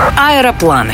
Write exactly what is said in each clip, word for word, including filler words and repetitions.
Аэропланы.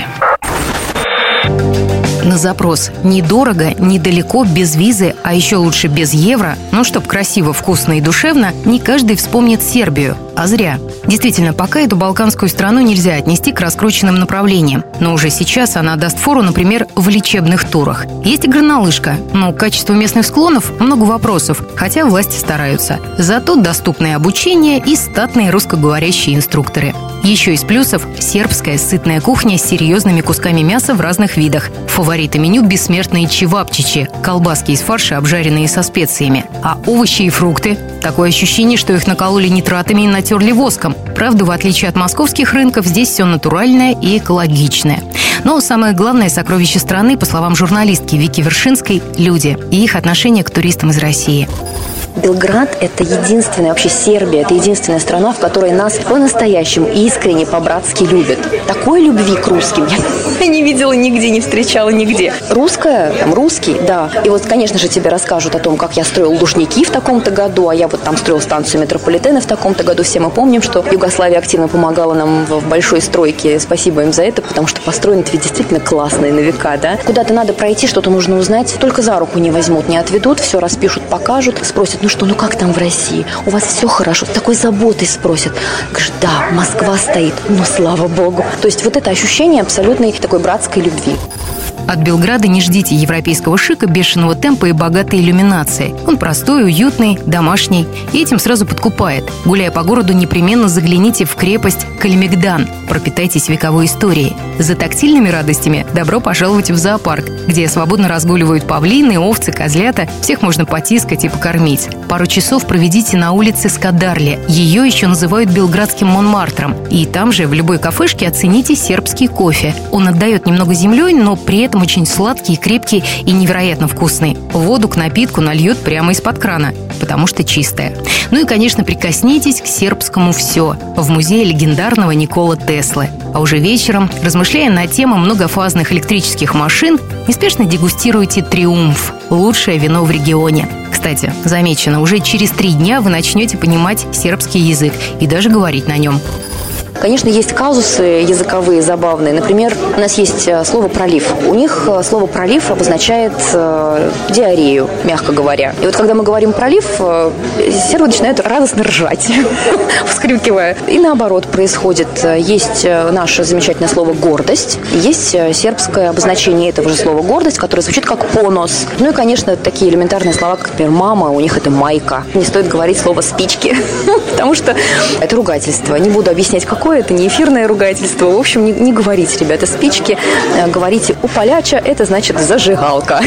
На запрос «недорого, недалеко, без визы, а еще лучше без евро», ну, чтоб красиво, вкусно и душевно, не каждый вспомнит Сербию. А зря. Действительно, пока эту балканскую страну нельзя отнести к раскрученным направлениям. Но уже сейчас она даст фору, например, в лечебных турах. Есть и горнолыжка, но к качеству местных склонов много вопросов, хотя власти стараются. Зато доступное обучение и статные русскоговорящие инструкторы. Еще из плюсов – сербская сытная кухня с серьезными кусками мяса в разных видах. Фавориты меню – бессмертные чевапчичи – колбаски из фарша, обжаренные со специями. А овощи и фрукты – такое ощущение, что их накололи нитратами и натерли воском. Правда, в отличие от московских рынков, здесь все натуральное и экологичное. Но самое главное сокровище страны, по словам журналистки Вики Вершинской – люди и их отношение к туристам из России. Белград – это единственная, вообще Сербия, это единственная страна, в которой нас по-настоящему искренне, по-братски любят. Такой любви к русским я не видела нигде, не встречала нигде. Русская, там, русский, да. И вот, конечно же, тебе расскажут о том, как я строил Лужники в таком-то году, а я вот там строил станцию метрополитена в таком-то году. Все мы помним, что Югославия активно помогала нам в большой стройке. Спасибо им за это, потому что построено это ведь действительно классно и на века, да. Куда-то надо пройти, что-то нужно узнать, только за руку не возьмут, не отведут, все распишут, покажут, спросят, ну что, ну как там в России? У вас все хорошо? С такой заботой спросят. Говоришь, да, Москва стоит, ну слава богу. То есть вот это ощущение абсолютной такой братской любви. От Белграда не ждите европейского шика, бешеного темпа и богатой иллюминации. Он простой, уютный, домашний и этим сразу подкупает. Гуляя по городу, непременно загляните в крепость Калимегдан. Пропитайтесь вековой историей. За тактильными радостями добро пожаловать в зоопарк, где свободно разгуливают павлины, овцы, козлята. Всех можно потискать и покормить. Пару часов проведите на улице Скадарли. Ее еще называют белградским Монмартром. И там же, в любой кафешке, оцените сербский кофе. Он отдает немного землей, но при этом очень сладкий, крепкий и невероятно вкусный. Воду к напитку нальет прямо из-под крана, потому что чистая. Ну и, конечно, прикоснитесь к сербскому «все» в музее легендарного Никола Теслы. А уже вечером, размышляя на тему многофазных электрических машин, неспешно дегустируйте «Триумф» – лучшее вино в регионе. Кстати, замечено, уже через три дня вы начнете понимать сербский язык и даже говорить на нем. Конечно, есть казусы языковые забавные. Например, у нас есть слово «пролив». У них слово «пролив» обозначает э, диарею, мягко говоря. И вот когда мы говорим «пролив», э, сербы начинают радостно ржать, вскрикивая. И наоборот происходит. Есть наше замечательное слово «гордость», есть сербское обозначение этого же слова «гордость», которое звучит как «понос». Ну и, конечно, такие элементарные слова, как, например, «мама», у них это «майка». Не стоит говорить слово «спички», потому что это ругательство. Не буду объяснять, какое. Это не эфирное ругательство. В общем, не, не говорите, ребята, спички. Говорите «у поляча» – это значит «зажигалка».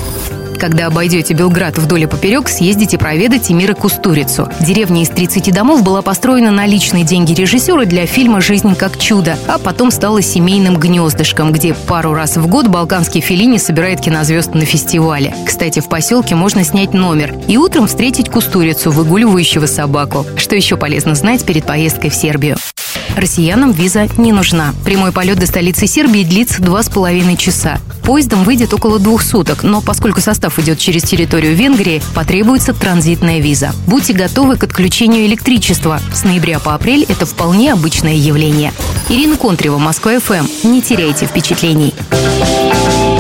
Когда обойдете Белград вдоль и поперек, съездите проведать Эмира Кустурицу. Деревня из тридцати домов была построена на личные деньги режиссера для фильма «Жизнь как чудо», а потом стала семейным гнездышком, где пару раз в год балканский Феллини собирает кинозвезд на фестивале. Кстати, в поселке можно снять номер и утром встретить Кустурицу, выгуливающего собаку. Что еще полезно знать перед поездкой в Сербию? Россиянам виза не нужна. Прямой полет до столицы Сербии длится два с половиной часа. Поездом выйдет около двух суток, но поскольку состав идет через территорию Венгрии, потребуется транзитная виза. Будьте готовы к отключению электричества. С ноября по апрель это вполне обычное явление. Ирина Контрева, Москва эф эм. Не теряйте впечатлений.